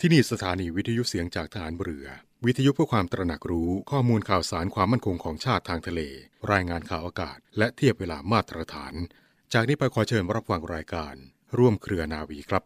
ที่นี่สถานีวิทยุเสียงจากทหารเรือวิทยุเพื่อความตระหนักรู้ข้อมูลข่าวสารความมั่นคงของชาติทางทะเลรายงานข่าวอากาศและเทียบเวลามาตรฐานจากนี้ไปขอเชิญรับฟังรายการร่วมเครือนาวีครับ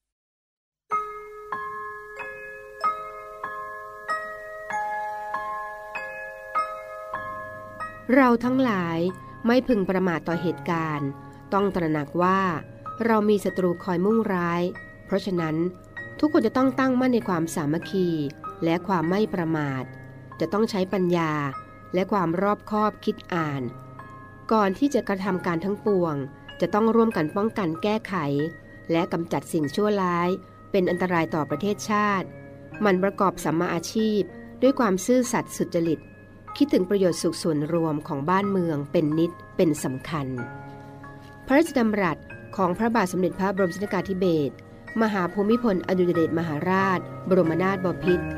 เราทั้งหลายไม่พึงประมาทต่อเหตุการณ์ต้องตระหนักว่าเรามีศัตรูคอยมุ่งร้ายเพราะฉะนั้นทุกคนจะต้องตั้งมั่นในความสามัคคีและความไม่ประมาทจะต้องใช้ปัญญาและความรอบคอบคิดอ่านก่อนที่จะกระทำการทั้งปวงจะต้องร่วมกันป้องกันแก้ไขและกำจัดสิ่งชั่วร้ายเป็นอันตรายต่อประเทศชาติมันประกอบสัมมาอาชีพด้วยความซื่อสัตย์สุจริตคิดถึงประโยชน์สุขส่วนรวมของบ้านเมืองเป็นนิจเป็นสำคัญพระราชดำรัสของพระบาทสมเด็จพระบรมชนกาธิเบศรมหาภูมิพลอดุลยเดชมหาราชบรมนาถบพิตร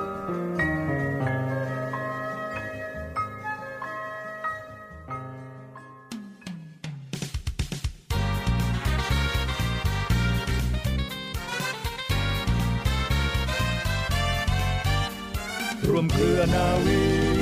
รวมเครือนาวี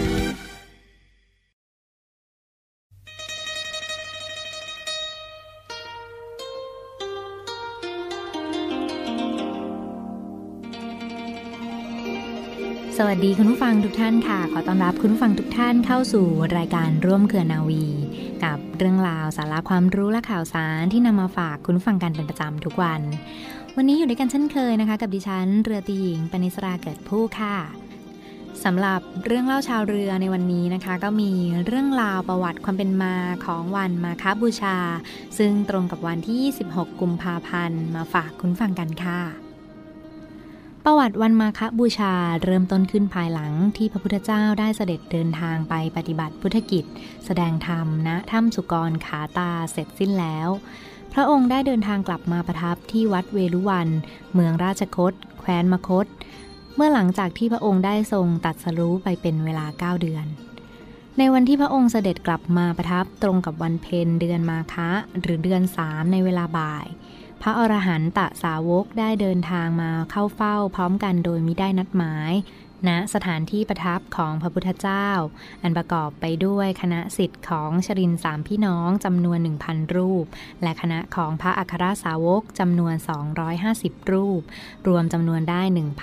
สวัสดีคุณผู้ฟังทุกท่านค่ะขอต้อนรับคุณผู้ฟังทุกท่านเข้าสู่รายการร่วมเครือนาวีกับเรื่องราวสาระความรู้และข่าวสารที่นำมาฝากคุณผู้ฟังกันเป็นประจำทุกวันนี้อยู่ด้วยกันเช่นเคยนะคะกับดิฉันเรือตีหญิงปณิสราเกิดผู้ค่ะสำหรับเรื่องเล่าชาวเรือในวันนี้นะคะก็มีเรื่องราวประวัติความเป็นมาของวันมาฆบูชาซึ่งตรงกับวันที่26กุมภาพันธ์มาฝากคุณฟังกันค่ะประวัติวันมาฆบูชาเริ่มต้นขึ้นภายหลังที่พระพุทธเจ้าได้เสด็จเดินทางไปปฏิบัติพุทธกิจแสดงธรรมณถ้ำสุกรขาตาเสร็จสิ้นแล้วพระองค์ได้เดินทางกลับมาประทับที่วัดเวรุวันเมืองราชคตแคว้นมคธเมื่อหลังจากที่พระองค์ได้ทรงตรัสรู้ไปเป็นเวลา9 เดือนในวันที่พระองค์เสด็จกลับมาประทับตรงกับวันเพ็ญเดือนมาฆะหรือเดือน3ในเวลาบ่ายพระอรหันตสาวกได้เดินทางมาเข้าเฝ้าพร้อมกันโดยมิได้นัดหมายณสถานที่ประทับของพระพุทธเจ้าอันประกอบไปด้วยคณะศิษย์ของชรินทร์3พี่น้องจำนวน 1,000 รูปและคณะของพระอัครสาวกจำนวน250รูปรวมจำนวนได้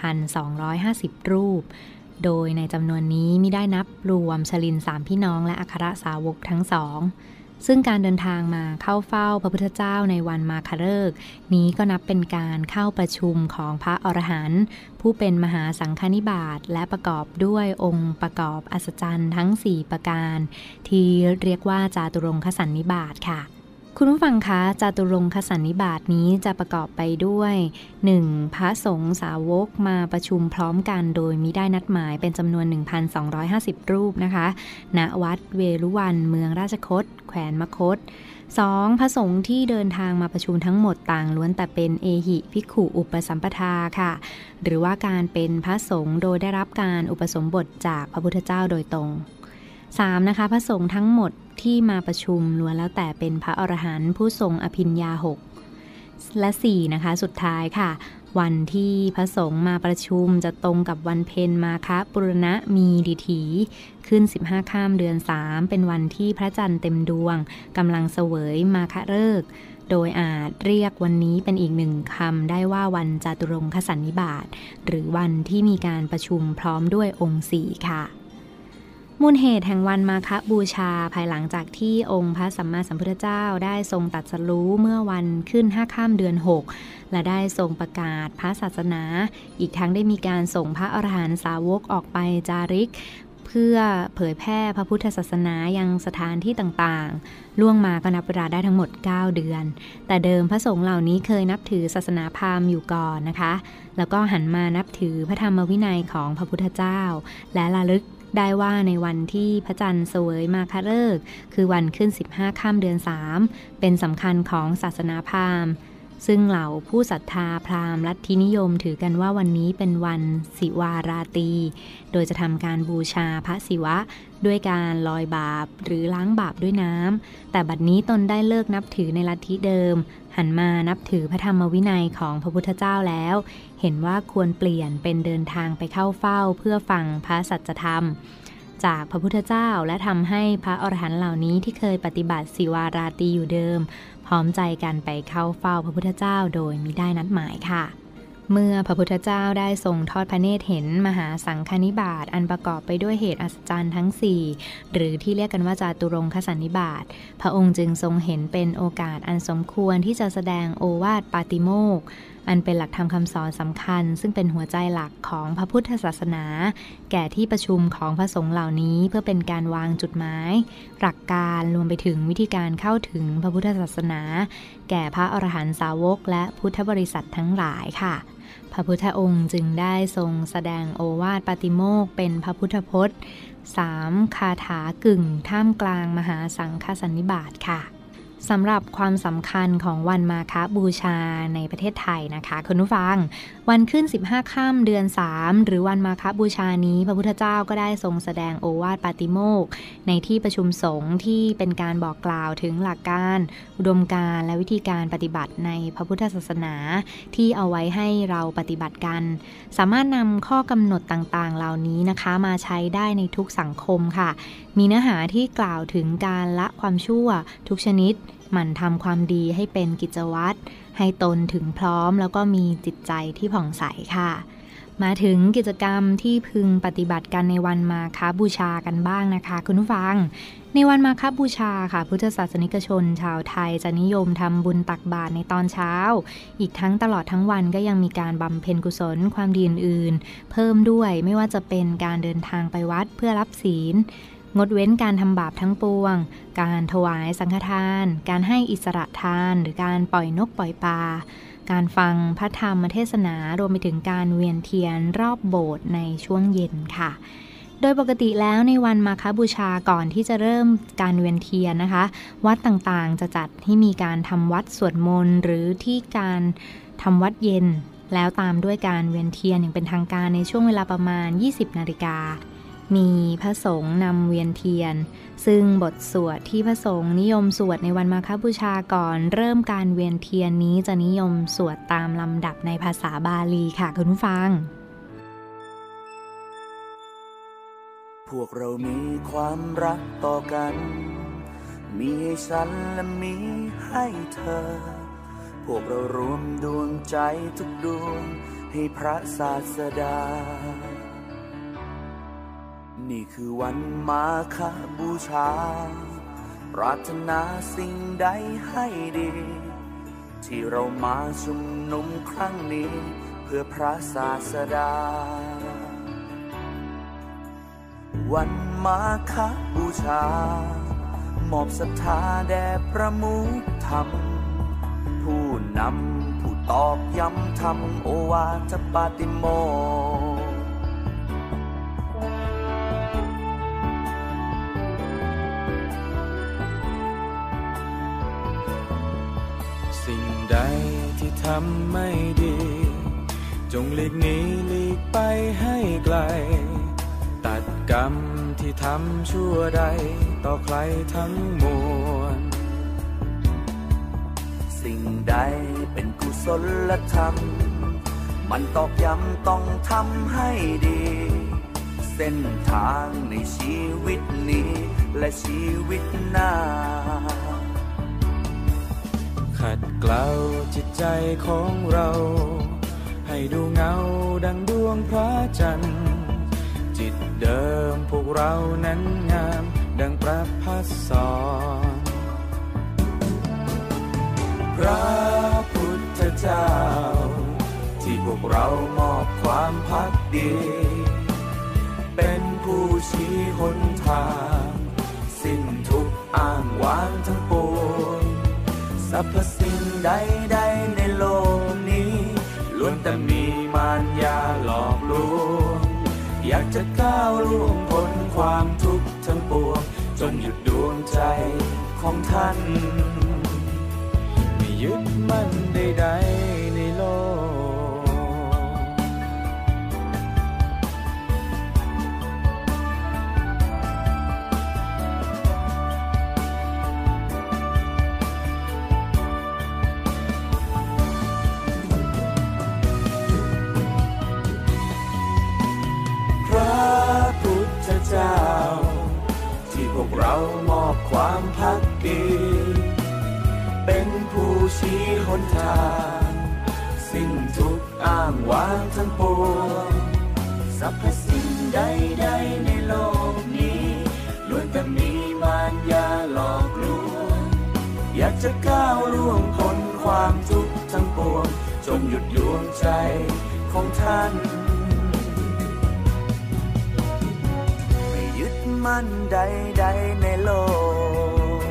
1,250 รูปโดยในจำนวนนี้มิได้นับรวมชรินทร์3พี่น้องและอัครสาวกทั้งสองซึ่งการเดินทางมาเข้าเฝ้าพระพุทธเจ้าในวันมาฆฤกษ์นี้ก็นับเป็นการเข้าประชุมของพระอรหันต์ผู้เป็นมหาสังฆานิบาตและประกอบด้วยองค์ประกอบอัศจรรย์ทั้ง4ประการที่เรียกว่าจาตุรงคสันนิบาตค่ะคุณผู้ฟังคะจาตุรงคสันนิบาตนี้จะประกอบไปด้วย 1. พระสงฆ์สาวกมาประชุมพร้อมกันโดยมิได้นัดหมายเป็นจำนวน 1,250 รูปนะคะณวัดเวรุวันเมืองราชคตแขวนมคธ 2. พระสงฆ์ที่เดินทางมาประชุมทั้งหมดต่างล้วนแต่เป็นเอหิภิกขุอุปสัมปทาค่ะหรือว่าการเป็นพระสงฆ์โดยได้รับการอุปสมบทจากพระพุทธเจ้าโดยตรง3. นะคะพระสงฆ์ทั้งหมดที่มาประชุมล้วนแล้วแต่เป็นพระอรหันต์ผู้ทรงอภิญญา6และ 4. นะคะสุดท้ายค่ะวันที่พระสงฆ์มาประชุมจะตรงกับวันเพ็ญมาฆปุรณมีดิถีขึ้น15ค่ำเดือน3เป็นวันที่พระจันทร์เต็มดวงกำลังเสวยมาฆฤกษ์โดยอาจเรียกวันนี้เป็นอีกหนึ่งคำได้ว่าวันจาตุรงคสันนิบาตหรือวันที่มีการประชุมพร้อมด้วยองค์4ค่ะมูลเหตุแห่งวันมาฆบูชาภายหลังจากที่องค์พระสัมมาสัมพุทธเจ้าได้ทรงตรัสรู้เมื่อวันขึ้น5ค่ำเดือน6และได้ทรงประกาศพระศาสนาอีกทั้งได้มีการส่งพระอรหันตสาวกออกไปจาริกเพื่อเผยแพร่พระพุทธศาสนายังสถานที่ต่างๆล่วงมาก็นับเวลาได้ทั้งหมด9เดือนแต่เดิมพระสงฆ์เหล่านี้เคยนับถือศาสนาพราหมณ์อยู่ก่อนนะคะแล้วก็หันมานับถือพระธรรมวินัยของพระพุทธเจ้าและระลึกได้ว่าในวันที่พระจันทร์เสวยมาฆฤกษ์คือวันขึ้น15ค่ำเดือน3เป็นสำคัญของศาสนาพราหมณ์ซึ่งเหล่าผู้ศรัทธาพราหมณ์ลัทธินิยมถือกันว่าวันนี้เป็นวันศิวาราตรีโดยจะทำการบูชาพระศิวะด้วยการลอยบาปหรือล้างบาปด้วยน้ำแต่บัดนี้ตนได้เลิกนับถือในลัทธิเดิมหันมานับถือพระธรรมวินัยของพระพุทธเจ้าแล้วเห็นว่าควรเปลี่ยนเป็นเดินทางไปเข้าเฝ้าเพื่อฟังพระสัจธรรมจากพระพุทธเจ้าและทำให้พระอรหันต์เหล่านี้ที่เคยปฏิบัติศิวาราตรีอยู่เดิมพร้อมใจกันไปเข้าเฝ้าพระพุทธเจ้าโดยมิได้นัดหมายค่ะเมื่อพระพุทธเจ้าได้ทรงทอดพระเนตรเห็นมหาสังฆนิบาตอันประกอบไปด้วยเหตุอัศจรรย์ทั้ง4หรือที่เรียกกันว่าจาตุรงคสันนิบาตพระองค์จึงทรงเห็นเป็นโอกาสอันสมควรที่จะแสดงโอวาทปาติโมกข์อันเป็นหลักธรรมคำสอนสำคัญซึ่งเป็นหัวใจหลักของพระพุทธศาสนาแก่ที่ประชุมของพระสงฆ์เหล่านี้เพื่อเป็นการวางจุดหมายหลักการรวมไปถึงวิธีการเข้าถึงพระพุทธศาสนาแก่พระอรหันตสาวกและพุทธบริษัททั้งหลายค่ะพระพุทธองค์จึงได้ทรงแสดงโอวาทปาติโมกข์เป็นพระพุทธพจน์3คาถากึ่งท่ามกลางมหาสังฆสันนิบาตค่ะสำหรับความสำคัญของวันมาฆบูชาในประเทศไทยนะคะคุณผู้ฟังวันขึ้น15ค่ำเดือน3หรือวันมาฆบูชานี้พระพุทธเจ้าก็ได้ทรงแสดงโอวาทปาติโมกข์ในที่ประชุมสงฆ์ที่เป็นการบอกกล่าวถึงหลักการอุดมการณ์และวิธีการปฏิบัติในพระพุทธศาสนาที่เอาไว้ให้เราปฏิบัติกันสามารถนำข้อกำหนดต่างๆเหล่านี้นะคะมาใช้ได้ในทุกสังคมค่ะมีเนื้อหาที่กล่าวถึงการละความชั่วทุกชนิดหมั่นทำความดีให้เป็นกิจวัตรให้ตนถึงพร้อมแล้วก็มีจิตใจที่ผ่องใสค่ะมาถึงกิจกรรมที่พึงปฏิบัติกันในวันมาฆบูชากันบ้างนะคะคุณผู้ฟังในวันมาฆบูชาค่ะพุทธศาสนิกชนชาวไทยจะนิยมทำบุญตักบาตรในตอนเช้าอีกทั้งตลอดทั้งวันก็ยังมีการบำเพ็ญกุศลความดีอื่นๆเพิ่มด้วยไม่ว่าจะเป็นการเดินทางไปวัดเพื่อรับศีลงดเว้นการทำบาปทั้งปวงการถวายสังฆทานการให้อิสระทานหรือการปล่อยนกปล่อยปลาการฟังพระธรรมเทศนารวมไปถึงการเวียนเทียนรอบโบสถ์ในช่วงเย็นค่ะโดยปกติแล้วในวันมาฆบูชาก่อนที่จะเริ่มการเวียนเทียนนะคะวัดต่างๆจะจัดให้มีการทำวัดสวดมนต์หรือที่การทำวัดเย็นแล้วตามด้วยการเวียนเทียนอย่างเป็นทางการในช่วงเวลาประมาณ 20 นาฬิกามีพระสงฆ์นำเวียนเทียนซึ่งบทสวดที่พระสงฆ์นิยมสวดในวันมาฆบูชาก่อนเริ่มการเวียนเทียนนี้จะนิยมสวดตามลำดับในภาษาบาลีค่ะคุณผู้ฟังพวกเรามีความรักต่อกันมีให้ฉันและมีให้เธอพวกเรารวมดวงใจทุกดวงให้พระศาสดานี่คือวันมาฆบูชาปรารถนาสิ่งใดให้ดีที่เรามาชุมนุมครั้งนี้เพื่อพระศาสดาวันมาฆบูชามอบศรัทธาแด่พระมุขธรรมผู้นำผู้ตอกย้ำธรรมโอวาทปาติโมกข์สิ่งใดที่ทำไม่ดีจงหลีกหนีหลีกไปให้ไกลตัดกรรมที่ทำชั่วใดต่อใครทั้งมวลสิ่งใดเป็นกุศลธรรมมันตอกย้ำต้องทำให้ดีเส้นทางในชีวิตนี้และชีวิตหน้าขัดเกลาจิตใจของเราให้ดูเงาดังดวงพระจันทร์จิตเดิมพวกเรานั้นงามดังประภัสสรพระพุทธเจ้าที่พวกเรามอบความภักดีเป็นผู้ชี้หนทางสิ้นทุกข์อ้างว้างทั้งปวงสรรพสิ่งใดๆในโลกนี้ล้วนแต่มีมารยาหลอกลวงอยากจะก้าวล่วงพ้นความทุกข์ทั้งปวงจงหยุดดวงใจของท่านไม่ยึดมั่นใดๆในโลกเรามอบความภักดีเป็นผู้ชี้หนทางสิ้นทุกอ้างว้างทั้งปวงสรรพสิ่งใดๆในโลกนี้ล้วนแต่มีมารยาหลอกลวงอยากจะก้าวล่วงพ้นความทุกข์ทั้งปวงจงหยุดยวงใจของท่านไม่ยึดมั่นใดๆในโลก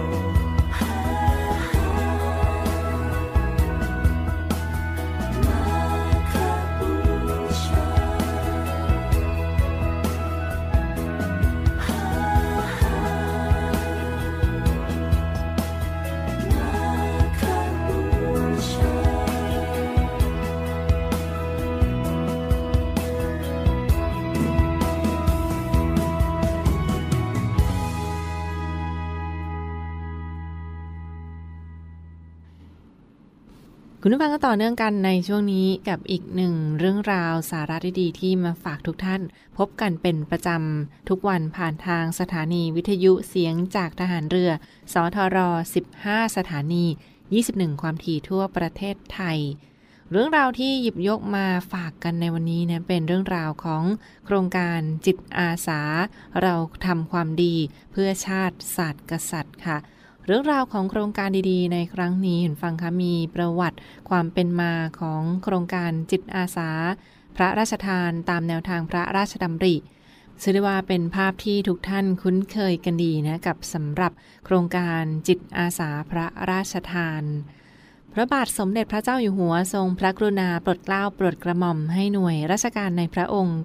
คุณผู้ฟังก็ต่อเนื่องกันในช่วงนี้กับอีกหนึ่งเรื่องราวสาระดีๆที่มาฝากทุกท่านพบกันเป็นประจำทุกวันผ่านทางสถานีวิทยุเสียงจากทหารเรือสทร15 สถานี21ความถี่ทั่วประเทศไทยเรื่องราวที่หยิบยกมาฝากกันในวันนี้นะเป็นเรื่องราวของโครงการจิตอาสาเราทำความดีเพื่อชาติศาสตร์กษัตริย์ค่ะเรื่องราวของโครงการดีๆในครั้งนี้เห็นฟังคะมีประวัติความเป็นมาของโครงการจิตอาสาพระราชทานตามแนวทางพระราชดำริชื่อได้ว่าเป็นภาพที่ทุกท่านคุ้นเคยกันดีนะกับสำหรับโครงการจิตอาสาพระราชทานพระบาทสมเด็จพระเจ้าอยู่หัวทรงพระกรุณาโปรดเกล้าโปรดกระหม่อมให้หน่วยราชการในพระองค์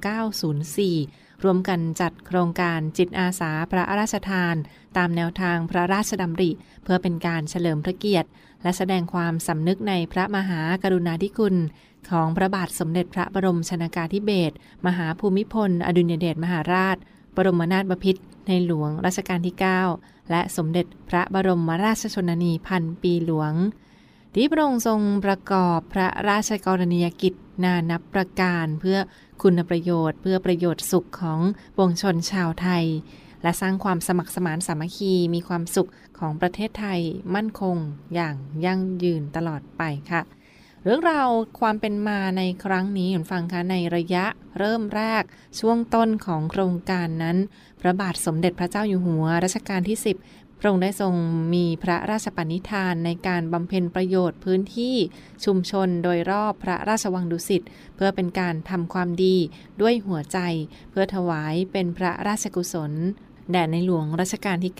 904ร่วมกันจัดโครงการจิตอาสาพระราชทานตามแนวทางพระราชดำริเพื่อเป็นการเฉลิมพระเกียรติและแสดงความสำนึกในพระมหากรุณาธิคุณของพระบาทสมเด็จพระบรมชนกาธิเบศรมหาภูมิพลอดุลยเดชมหาราชบรมนาถบพิตรในหลวงรัชกาลที่9และสมเด็จพระบรมราชชนนีพันปีหลวงที่พระองค์ทรงประกอบพระราชกรณียกิจนานับประการเพื่อคุณประโยชน์เพื่อประโยชน์สุขของปวงชนชาวไทยและสร้างความสมัครสมานสามัคคีมีความสุขของประเทศไทยมั่นคงอย่างยั่งยืนตลอดไปค่ะเรื่องราวความเป็นมาในครั้งนี้คุณฟังคะในระยะเริ่มแรกช่วงต้นของโครงการนั้นพระบาทสมเด็จพระเจ้าอยู่หัวรัชกาลที่10พระองค์ได้ทรงมีพระราชปณิธานในการบำเพ็ญประโยชน์พื้นที่ชุมชนโดยรอบพระราชวังดุสิตเพื่อเป็นการทำความดีด้วยหัวใจเพื่อถวายเป็นพระราชกุศลแด่ในหลวงรัชกาลที่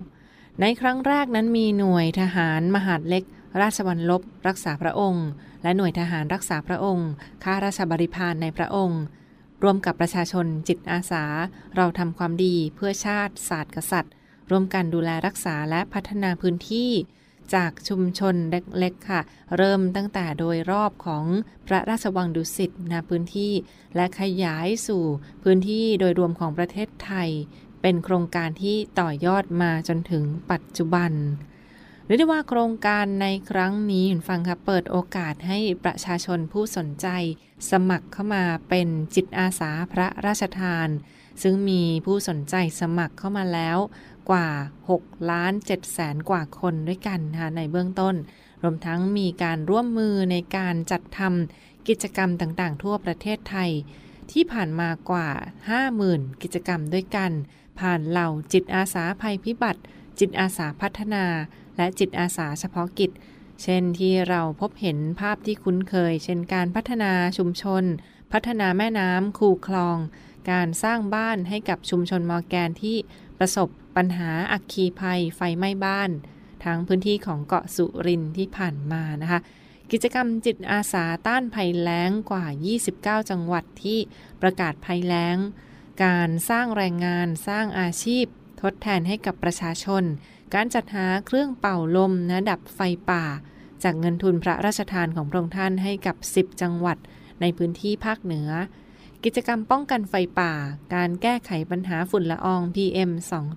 9ในครั้งแรกนั้นมีหน่วยทหารมหาดเล็กราชวัลลบรักษาพระองค์และหน่วยทหารรักษาพระองค์ข้าราชบริพารในพระองค์ร่วมกับประชาชนจิตอาสาเราทำความดีเพื่อชาติศาสตร์กษัตริย์ร่วมกันดูแลรักษาและพัฒนาพื้นที่จากชุมชนเล็กๆค่ะเริ่มตั้งแต่โดยรอบของพระราชวังดุสิตณพื้นที่และขยายสู่พื้นที่โดยรวมของประเทศไทยเป็นโครงการที่ต่อยอดมาจนถึงปัจจุบันเรียกได้ว่าโครงการในครั้งนี้ฟังค่ะเปิดโอกาสให้ประชาชนผู้สนใจสมัครเข้ามาเป็นจิตอาสาพระราชทานซึ่งมีผู้สนใจสมัครเข้ามาแล้วกว่า6,700,000 กว่าคนด้วยกันนะคะในเบื้องต้นรวมทั้งมีการร่วมมือในการจัดทำกิจกรรมต่างๆทั่วประเทศไทยที่ผ่านมากว่า 50,000 กิจกรรมด้วยกันผ่านเหล่าจิตอาสาภัยพิบัติจิตอาสาพัฒนาและจิตอาสาเฉพาะกิจเช่นที่เราพบเห็นภาพที่คุ้นเคยเช่นการพัฒนาชุมชนพัฒนาแม่น้ำคูคลองการสร้างบ้านให้กับชุมชนมอร์แกนที่ประสบปัญหาอัคคีภัยไฟไหม้บ้านทั้งพื้นที่ของเกาะสุรินทร์ที่ผ่านมานะคะกิจกรรมจิตอาสาต้านภัยแล้งกว่า29จังหวัดที่ประกาศภัยแล้งการสร้างแรงงานสร้างอาชีพทดแทนให้กับประชาชนการจัดหาเครื่องเป่าลมนะดับไฟป่าจากเงินทุนพระราชทานของพระองค์ท่านให้กับ10จังหวัดในพื้นที่ภาคเหนือกิจกรรมป้องกันไฟป่าการแก้ไขปัญหาฝุ่นละออง PM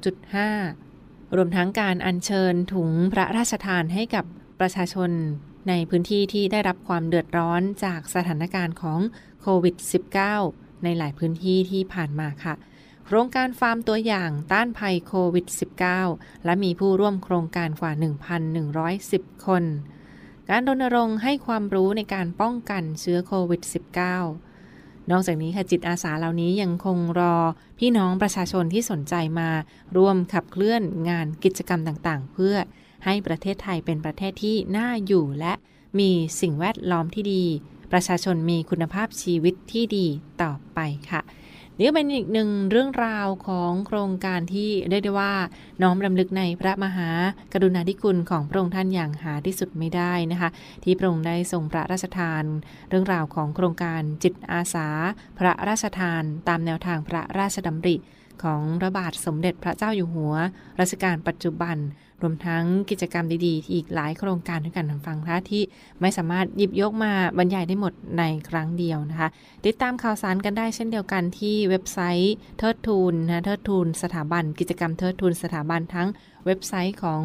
2.5 รวมทั้งการอัญเชิญถุงพระราชทานให้กับประชาชนในพื้นที่ที่ได้รับความเดือดร้อนจากสถานการณ์ของโควิด -19 ในหลายพื้นที่ที่ผ่านมาค่ะโโครงการฟาร์มตัวอย่างต้านภัยโควิด -19 และมีผู้ร่วมโครงการกว่า 1,110 คน การรณรงค์ให้ความรู้ในการป้องกันเชื้อโควิด -19 นอกจากนี้ค่ะจิตอาสาเหล่านี้ยังคงรอพี่น้องประชาชนที่สนใจมาร่วมขับเคลื่อนงานกิจกรรมต่างๆเพื่อให้ประเทศไทยเป็นประเทศที่น่าอยู่และมีสิ่งแวดล้อมที่ดีประชาชนมีคุณภาพชีวิตที่ดีต่อไปค่ะนี่เป็นอีกหนึ่งเรื่องราวของโครงการที่เรียกได้ว่าน้อมรำลึกในพระมหากรุณาธิคุณของพระองค์ท่านอย่างหาที่สุดไม่ได้นะคะที่พระองค์ได้ทรงพระราชทานเรื่องราวของโครงการจิตอาสาพระราชทานตามแนวทางพระราชดำริของพระบาทสมเด็จพระเจ้าอยู่หัวรัชกาลปัจจุบันรวมทั้งกิจกรรมดีๆอีกหลายโครงการด้วยกันฟังค่ะที่ไม่สามารถหยิบยกมาบรรยายได้หมดในครั้งเดียวนะคะติดตามข่าวสารกันได้เช่นเดียวกันที่เว็บไซต์เทิดทูนนะเทิดทูนสถาบันกิจกรรมเทิดทูนสถาบันทั้งเว็บไซต์ของ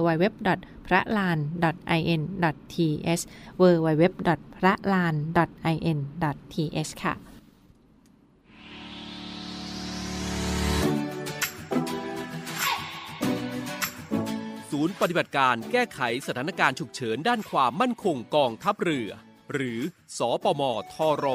www.pralan.in.th www.pralan.in.th ค่ะศูนย์ปฏิบัติการแก้ไขสถานการณ์ฉุกเฉินด้านความมั่นคงกองทัพเรือหรือสปมทร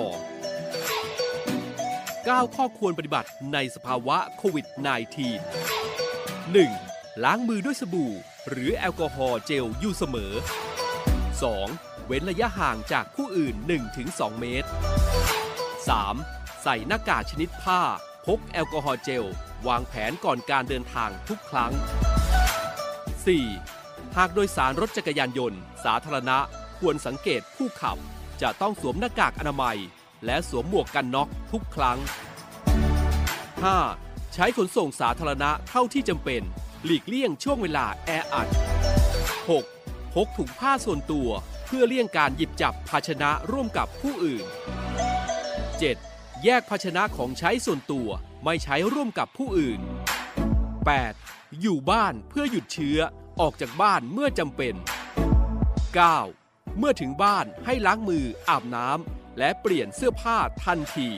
9 ข้อควรปฏิบัติในสภาวะโควิด -19 1. ล้างมือด้วยสบู่หรือแอลกอฮอล์เจลอยู่เสมอ 2. เว้นระยะห่างจากผู้อื่น 1-2 เมตร 3. ใส่หน้ากากชนิดผ้าพกแอลกอฮอล์เจลวางแผนก่อนการเดินทางทุกครั้ง4. หากโดยสารรถจักรยานยนต์สาธารณะควรสังเกตผู้ขับจะต้องสวมหน้ากากอนามัยและสวมหมวกกันน็อกทุกครั้ง 5. ใช้ขนส่งสาธารณะเท่าที่จำเป็นหลีกเลี่ยงช่วงเวลาแออัด 6. พกถุงผ้าส่วนตัวเพื่อเลี่ยงการหยิบจับภาชนะร่วมกับผู้อื่น 7. แยกภาชนะของใช้ส่วนตัวไม่ใช้ร่วมกับผู้อื่น 8. อยู่บ้านเพื่อหยุดเชื้อออกจากบ้านเมื่อจำเป็น 9. เมื่อถึงบ้านให้ล้างมืออาบน้ำและเปลี่ยนเสื้อผ้าทันที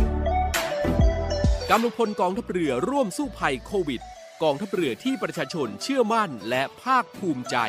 กำลังพลกองทัพเรือร่วมสู้ภัยโควิดกองทัพเรือที่ประชาชนเชื่อมั่นและภาคภูมิใจ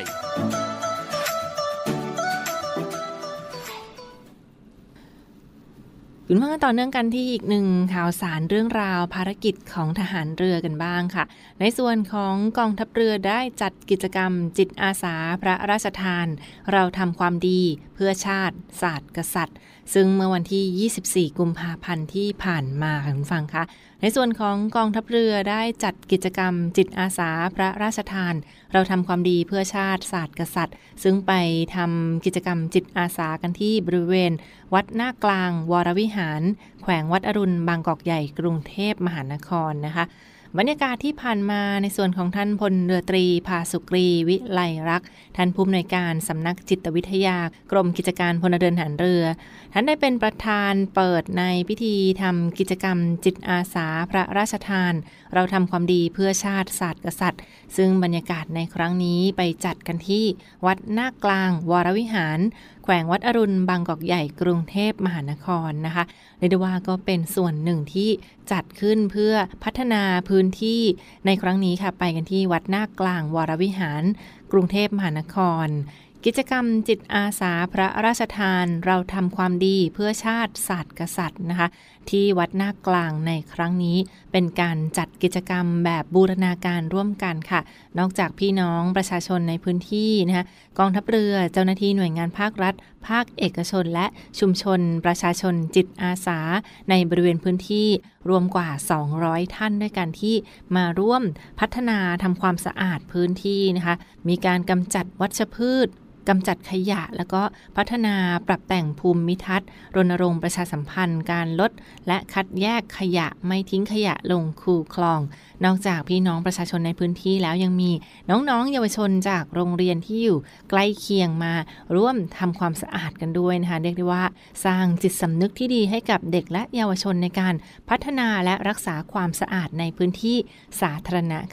คุณผู้ฟังต่อเนื่องกันที่อีกหนึ่งข่าวสารเรื่องราวภารกิจของทหารเรือกันบ้างค่ะในส่วนของกองทัพเรือได้จัดกิจกรรมจิตอาสาพระราชทานเราทำความดีเพื่อชาติศาสตร์กษัตริย์ซึ่งเมื่อวันที่24กุมภาพันธ์ที่ผ่านมาค่ะคุณฟังคะในส่วนของกองทัพเรือได้จัดกิจกรรมจิตอาสาพระราชทานเราทำความดีเพื่อชาติศาสตร์กษัตริย์ซึ่งไปทำกิจกรรมจิตอาสากันที่บริเวณวัดหน้ากลางวรวิหารแขวงวัดอรุณบางกอกใหญ่กรุงเทพมหานครนะคะบรรยากาศที่ผ่านมาในส่วนของท่านพลเรือตรีภาสุกรีวิไลรักษ์ท่านผู้อำนวยการสำนักจิตวิทยากรมกิจการพลเรือนทหารเรือท่านได้เป็นประธานเปิดในพิธีทำกิจกรรมจิตอาสาพระราชทานเราทำความดีเพื่อชาติศาสตร์กษัตริย์ซึ่งบรรยากาศในครั้งนี้ไปจัดกันที่วัดหน้ากลางวรวิหารแขวงวัดอรุณบางกอกใหญ่กรุงเทพมหานครนะคะเรียกได้ว่าก็เป็นส่วนหนึ่งที่จัดขึ้นเพื่อพัฒนาพื้นที่ในครั้งนี้ค่ะไปกันที่วัดหน้ากลางวรวิหารกรุงเทพมหานครกิจกรรมจิตอาสาพระราชทานเราทำความดีเพื่อชาติศาสตร์กษัตริย์นะคะที่วัดหน้ากลางในครั้งนี้เป็นการจัดกิจกรรมแบบบูรณาการร่วมกันค่ะนอกจากพี่น้องประชาชนในพื้นที่นะคะกองทัพเรือเจ้าหน้าที่หน่วยงานภาครัฐภาคเอกชนและชุมชนประชาชนจิตอาสาในบริเวณพื้นที่รวมกว่า200ท่านด้วยกันที่มาร่วมพัฒนาทำความสะอาดพื้นที่นะคะมีการกำจัดวัชพืชกำจัดขยะแล้วก็พัฒนาปรับแต่งภูมิทัศน์รณรงค์ประชาสัมพันธ์การลดและคัดแยกขยะไม่ทิ้งขยะลงคูคลองนอกจากพี่น้องประชาชนในพื้นที่แล้วยังมีน้องๆเยาวชนจากโรงเรียนที่อยู่ใกล้เคียงมาร่วมทำความสะอาดกันด้วยนะคะเรียกได้ว่าสร้างจิตสำนึกที่ดีให้กับเด็กและเยาวชนในการพัฒนาและรักษาความสะอาดในพื้นที่สาธารณะค่ะ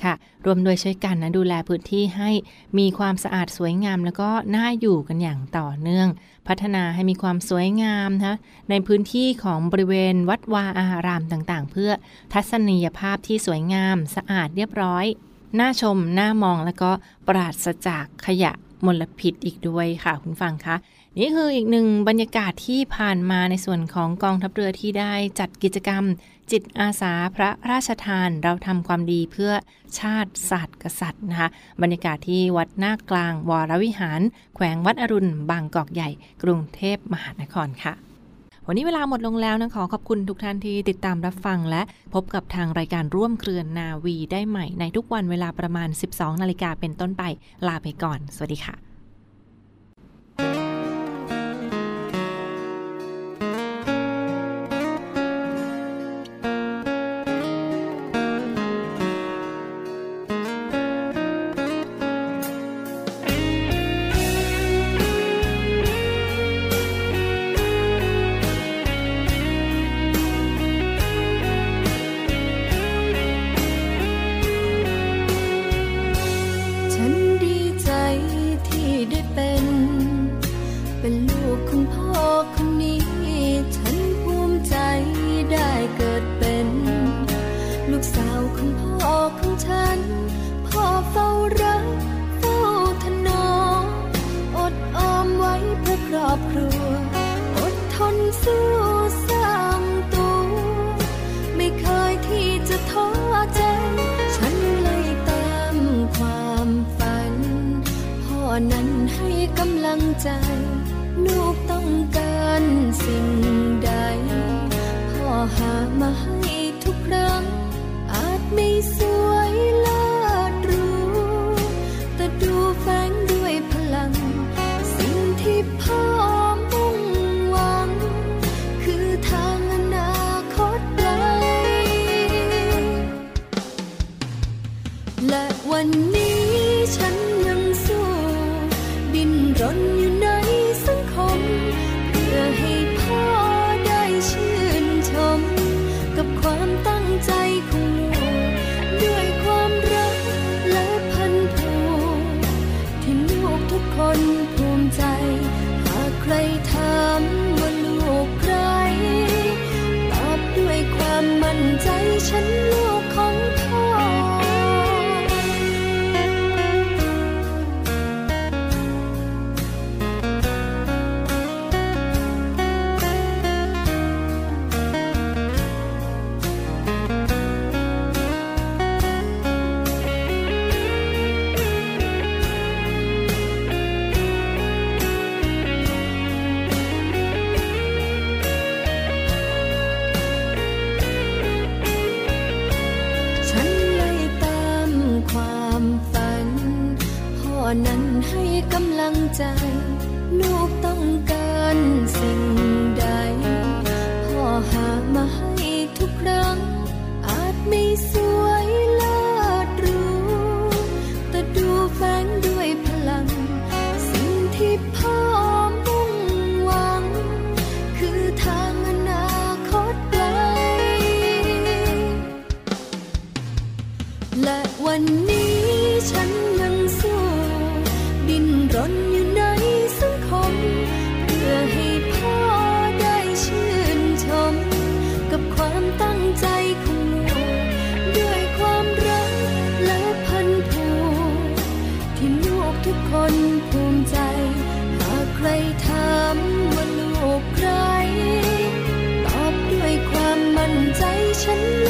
รวมด้วยช่วยกันนะดูแลพื้นที่ให้มีความสะอาดสวยงามแล้วก็น่าอยู่กันอย่างต่อเนื่องพัฒนาให้มีความสวยงามนะในพื้นที่ของบริเวณวัดวาอารามต่างๆเพื่อทัศนียภาพที่สวยงามสะอาดเรียบร้อยน่าชมน่ามองแล้วก็ปราศจากขยะมลพิษอีกด้วยค่ะคุณฟังคะนี่คืออีกหนึ่งบรรยากาศที่ผ่านมาในส่วนของกองทัพเรือที่ได้จัดกิจกรรมจิตอาสาพระราชทานเราทำความดีเพื่อชาติศาสตร์กษัตริย์นะคะบรรยากาศที่วัดหน้ากลางวรวิหารแขวงวัดอรุณบางกอกใหญ่กรุงเทพมหานครค่ะวันนี้เวลาหมดลงแล้วนะขอขอบคุณทุกท่านที่ติดตามรับฟังและพบกับทางรายการร่วมเครือนาวีได้ใหม่ในทุกวันเวลาประมาณ 12 นาฬิกาเป็นต้นไปลาไปก่อนสวัสดีค่ะลูกต้องการสิ่งใดพ่อหามาให้ทุกครั้งอาจไม่สวยเลิศหรูแต่ดูแฝงด้วยพลังสิ่งที่พ่อมุ่งหวังคือทางอนาคตไกลและวันนี้ฉันยังสู้ดิ้นรนอยู่ในสังคมเพื่อให้พ่อได้ชื่นชมกับความตั้งใจของลูกด้วยความรักและพันผูกที่ลูกทุกคนภูมิใจหากใครถามว่าลูกใครตอบด้วยความมั่นใจฉันลูกของพ่อนั้นให้กำลังใจลูกต้องการสิ่งใดพ่อหามาให้ทุกครั้งอาจไม่สวยเลิศหรูแต่ดูแฝงด้วยพลังสิ่งที่พ่อมุ่งหวังคือทางอนาคตไกลและวันนี้ฉันยังสู้ดิ้นรนอยู่ในสังคมเพื่อให้พ่อได้ชื่นชมกับความตั้งใจของลูกด้วยความรักและพันผูกที่ลูกทุกคนภูมิใจหากใครถามว่าลูกใครตอบด้วยความมั่นใจฉัน